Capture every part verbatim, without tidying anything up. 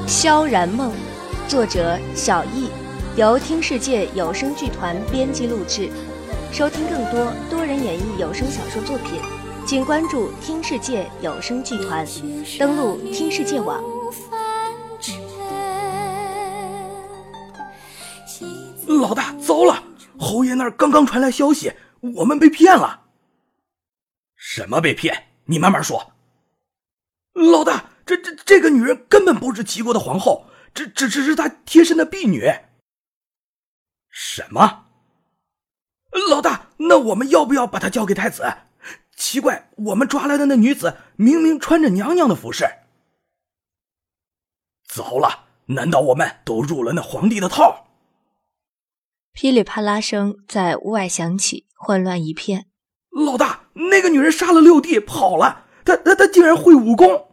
萧然梦，作者小易，由听世界有声剧团编辑录制。收听更多多人演绎有声小说作品，请关注听世界有声剧团，登录听世界网。 老大，糟了！侯爷那儿刚刚传来消息，我们被骗了。什么被骗？你慢慢说。老大，这这这个女人根本不是齐国的皇后，这这只是她贴身的婢女。什么？老大，那我们要不要把她交给太子？奇怪，我们抓来的那女子明明穿着娘娘的服饰。糟了，难道我们都入了那皇帝的套？ 噼里啪啦声在屋外响起，混乱一片。 老大，那个女人杀了六弟跑了，她她她竟然会武功！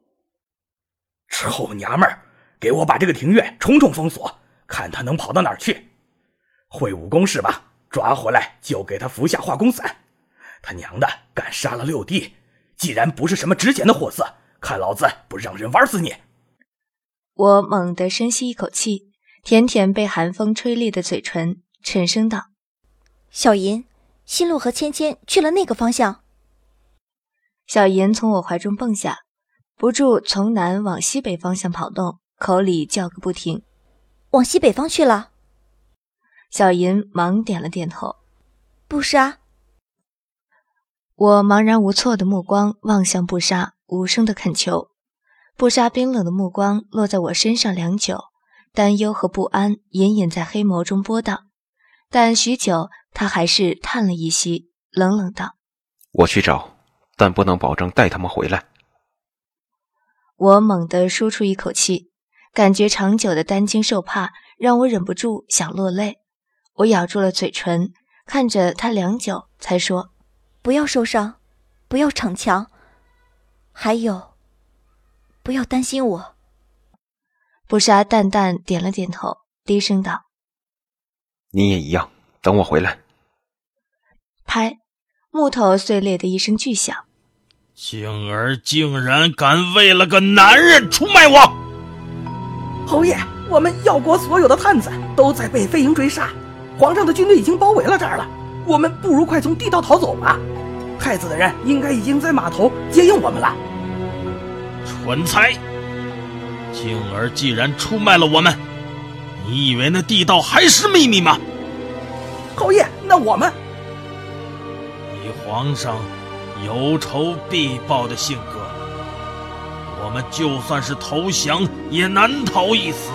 臭娘们儿，给我把这个庭院重重封锁，看她能跑到哪儿去。会武功是吧？抓回来就给她服下化功散。他娘的，敢杀了六弟，既然不是什么值钱的货色，看老子不让人玩死你！ 我猛地深吸一口气，舔舔被寒风吹裂的嘴唇，沉声道： 小银，新路和芊芊去了那个方向。 小银从我怀中蹦下，不住从南往西北方向跑动，口里叫个不停。 往西北方去了。 小银忙点了点头。 不杀。 我茫然无措的目光望向布莎，无声的恳求。布莎冰冷的目光落在我身上良久，担忧和不安隐隐在黑眸中波荡，但许久他还是叹了一息，冷冷道： 我去找，但不能保证带他们回来。 我猛地舒出一口气，感觉长久的担惊受怕让我忍不住想落泪。我咬住了嘴唇，看着他良久才说： 不要受伤，不要逞强，还有不要担心我。 布莎淡淡点了点头，低声道： 你也一样，等我回来。 拍，木头碎裂的一声巨响。 静儿竟然敢为了个男人出卖我！ 侯爷，我们药国所有的探子都在被飞鹰追杀，皇上的军队已经包围了这儿了，我们不如快从地道逃走吧。太子的人应该已经在码头接应我们了。 蠢材！静儿既然出卖了我们，你以为那地道还是秘密吗？ 侯爷，那我们…… 以皇上有仇必报的性格，我们就算是投降也难逃一死。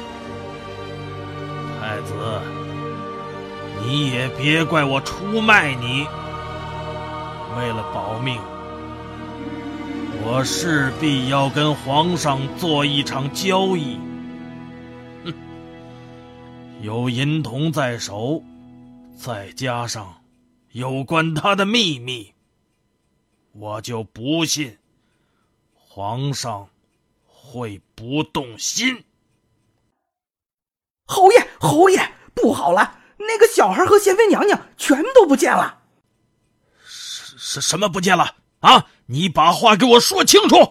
太子，你也别怪我出卖你。为了保命，我势必要跟皇上做一场交易。哼，有银铜在手，再加上有关他的秘密，我就不信皇上会不动心。 侯爷，侯爷，不好了，那个小孩和贤妃娘娘全都不见了。 是什么不见了啊？你把话给我说清楚。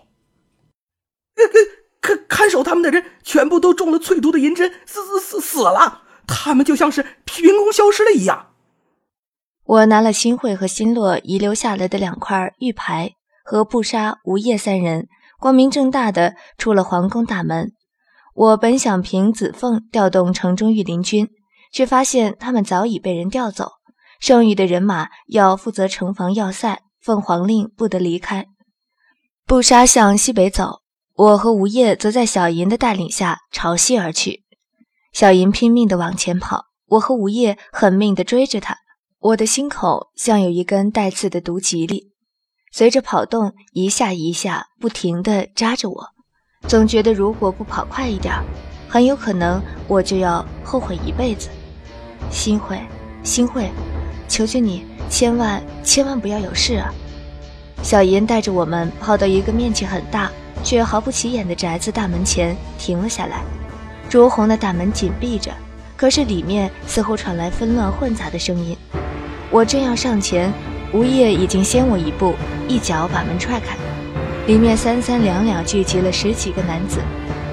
看看守他们的人全部都中了淬毒的银针，死死死死了，他们就像是凭空消失了一样。 我拿了新慧和新洛遗留下来的两块玉牌，和布莎、吴叶三人光明正大的出了皇宫大门。我本想凭子凤调动城中御林军，却发现他们早已被人调走，剩余的人马要负责城防要塞，奉皇令不得离开。布莎向西北走，我和吴叶则在小银的带领下朝西而去。小银拼命地往前跑，我和吴叶狠命地追着他。我的心口像有一根带刺的毒棘里，随着跑动一下一下不停地扎着我，总觉得如果不跑快一点，很有可能我就要后悔一辈子。新慧，新慧，求求你，千万千万不要有事啊！小银带着我们跑到一个面积很大却毫不起眼的宅子大门前停了下来。朱红的大门紧闭着，可是里面似乎传来纷乱混杂的声音。我正要上前，吴叶已经先我一步，一脚把门踹开。里面三三两两聚集了十几个男子，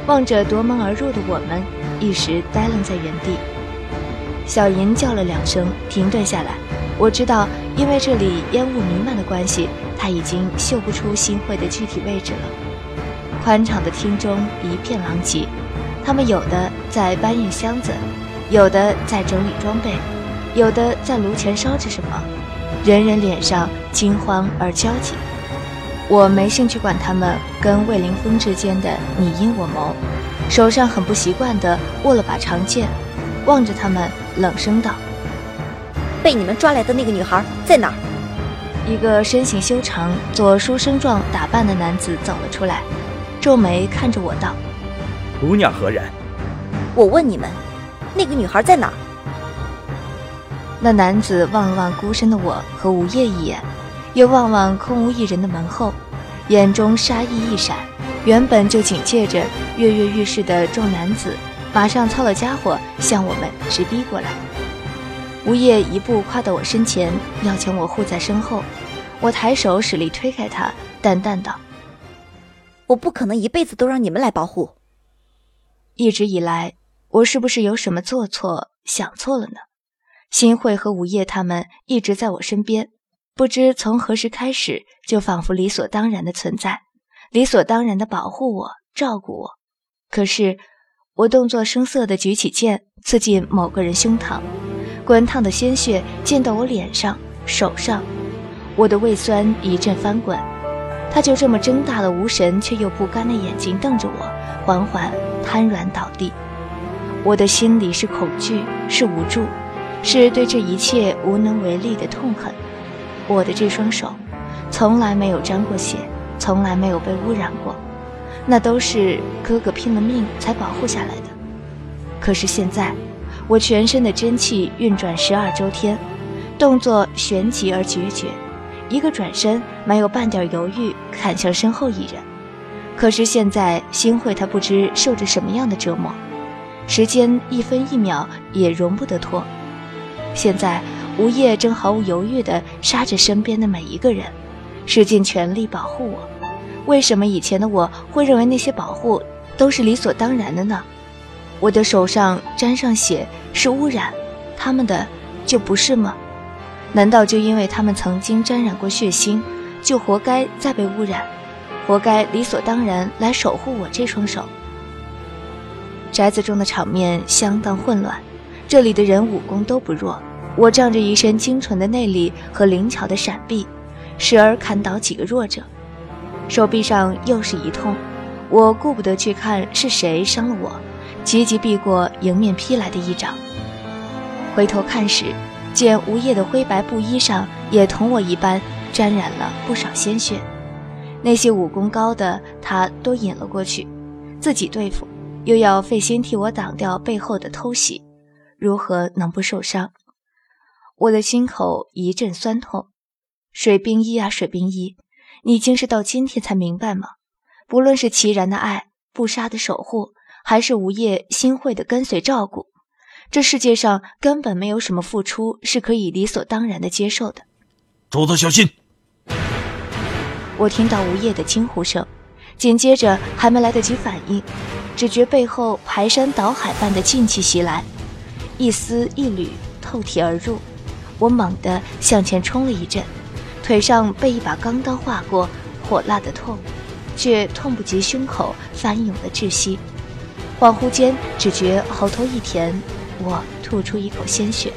望着夺门而入的我们，一时呆愣在原地。小银叫了两声，停顿下来。我知道，因为这里烟雾弥漫的关系，他已经嗅不出新会的具体位置了。宽敞的厅中一片狼藉，他们有的在搬运箱子，有的在整理装备，有的在炉前烧着什么，人人脸上惊慌而焦急。我没兴趣管他们跟魏凌风之间的你因我谋，手上很不习惯地握了把长剑，望着他们冷声道： 被你们抓来的那个女孩在哪儿？ 一个身形修长、做书生状打扮的男子走了出来，皱眉看着我道： 姑娘何人？ 我问你们，那个女孩在哪儿？ 那男子望了望孤身的我和吴业一眼，又望望空无一人的门后，眼中杀意一闪。原本就紧接着跃跃欲试的众男子马上操了家伙向我们直逼过来。吴业一步跨到我身前，要将我护在身后。我抬手使力推开他，淡淡道： 我不可能一辈子都让你们来保护。 一直以来，我是不是有什么做错想错了呢？新会和吴业他们一直在我身边，不知从何时开始，就仿佛理所当然的存在，理所当然的保护我，照顾我。可是我动作生涩地举起剑，刺进某个人胸膛，滚烫的鲜血溅到我脸上、手上，我的胃酸一阵翻滚。他就这么睁大了无神却又不甘的眼睛瞪着我，缓缓瘫软倒地。我的心里是恐惧，是无助，是对这一切无能为力的痛恨。我的这双手从来没有沾过血，从来没有被污染过，那都是哥哥拼了命才保护下来的。可是现在，我全身的真气运转十二周天，动作旋即而决绝，一个转身没有半点犹豫，砍向身后一人。可是现在新会他不知受着什么样的折磨，时间一分一秒也容不得拖。现在吴业正毫无犹豫地杀着身边的每一个人，使尽全力保护我。为什么以前的我会认为那些保护都是理所当然的呢？我的手上沾上血是污染，他们的就不是吗？难道就因为他们曾经沾染过血腥，就活该再被污染，活该理所当然来守护我这双手？宅子中的场面相当混乱，这里的人武功都不弱，我仗着一身精纯的内力和灵巧的闪避，时而砍倒几个弱者。手臂上又是一痛，我顾不得去看是谁伤了我，急急避过迎面劈来的一掌。回头看时，见吴业的灰白布衣上也同我一般沾染了不少鲜血。那些武功高的他都引了过去，自己对付，又要费心替我挡掉背后的偷袭，如何能不受伤？我的心口一阵酸痛。水冰衣啊水冰衣，你竟是到今天才明白吗？不论是齐然的爱、不杀的守护，还是吴业新会的跟随照顾，这世界上根本没有什么付出是可以理所当然的接受的。 周子小心！ 我听到吴业的惊呼声，紧接着还没来得及反应，只觉背后排山倒海般的劲气袭来，一丝一缕透体而入。我猛地向前冲了一阵，腿上被一把钢刀划过，火辣的痛，却痛不及胸口翻涌的窒息。恍惚间只觉喉头一甜，我吐出一口鲜血。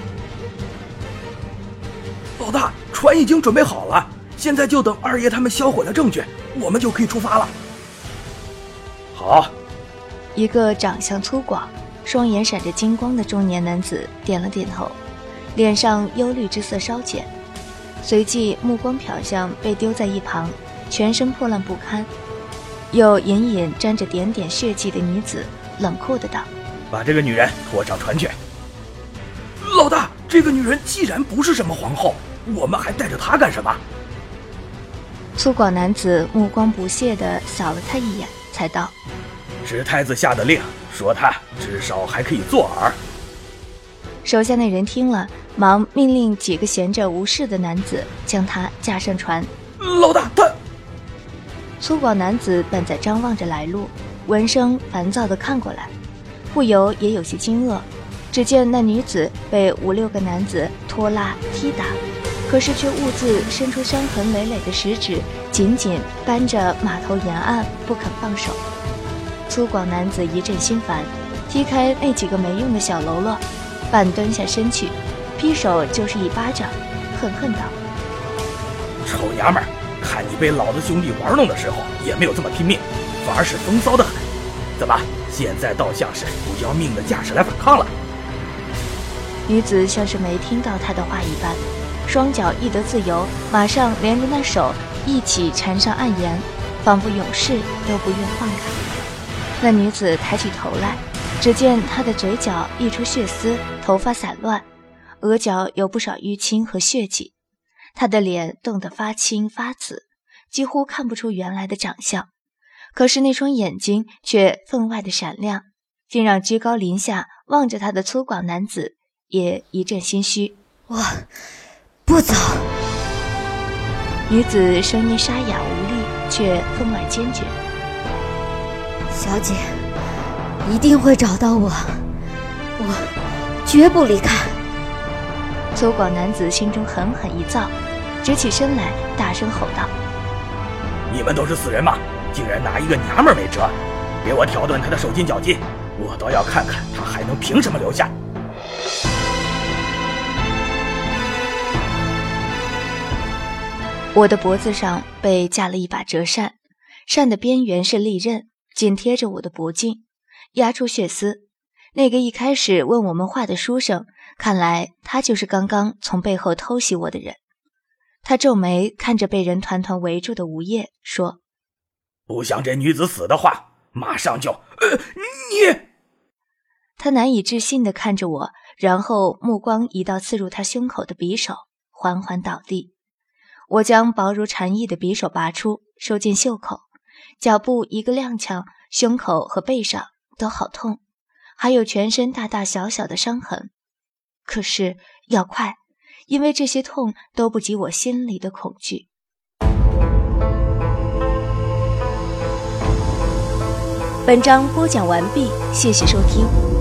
老大，船已经准备好了，现在就等二爷他们销毁了证据，我们就可以出发了。好。 一个长相粗犷、双眼闪着金光的中年男子点了点头，脸上忧虑之色稍减，随即目光瞟向被丢在一旁全身破烂不堪又隐隐沾着点点血迹的女子，冷酷的道： 把这个女人拖上船去。老大，这个女人既然不是什么皇后，我们还带着她干什么？ 粗犷男子目光不屑地扫了他一眼，才道： 是太子下的令，说他至少还可以做饵。 手下那人听了，忙命令几个闲着无事的男子将他架上船。 老大，他…… 粗犷男子本在张望着来路， 闻声烦躁地看过来，不由也有些惊愕。只见那女子被五六个男子拖拉踢打，可是却兀自伸出伤痕累累的食指，紧紧扳着马头沿岸不肯放手。粗犷男子一阵心烦，踢开那几个没用的小喽啰，半蹲下身去，劈手就是一巴掌，恨恨道： 臭娘们儿，看你被老子兄弟玩弄的时候也没有这么拼命，反而是风骚的很。怎么现在倒像是不要命的架势来反抗了？ 女子像是没听到他的话一般，双脚一得自由，马上连着那手一起缠上岸沿，仿佛永世都不愿放开。那女子抬起头来，只见她的嘴角溢出血丝，头发散乱，额角有不少淤青和血迹。她的脸冻得发青发紫，几乎看不出原来的长相，可是那双眼睛却分外的闪亮，竟让居高临下望着她的粗犷男子也一阵心虚。 我不走。 女子声音沙哑无力，却分外坚决。 小姐一定会找到我，我绝不离开。 粗犷男子心中狠狠一躁，直起身来大声吼道： 你们都是死人吗？竟然拿一个娘们儿没辙，给我挑断他的手筋脚筋，我倒要看看他还能凭什么留下。 我的脖子上被架了一把折扇，扇的边缘是利刃，紧贴着我的脖颈，压出血丝。那个一开始问我们话的书生，看来他就是刚刚从背后偷袭我的人。他皱眉看着被人团团围住的吴叶，说： 不想这女子死的话，马上就……呃，你…… 他难以置信地看着我，然后目光移到刺入他胸口的匕首，缓缓倒地。我将薄如蝉翼的匕首拔出，收进袖口，脚步一个踉跄，胸口和背上都好痛，还有全身大大小小的伤痕。可是要快，因为这些痛都不及我心里的恐惧。本章播讲完毕，谢谢收听。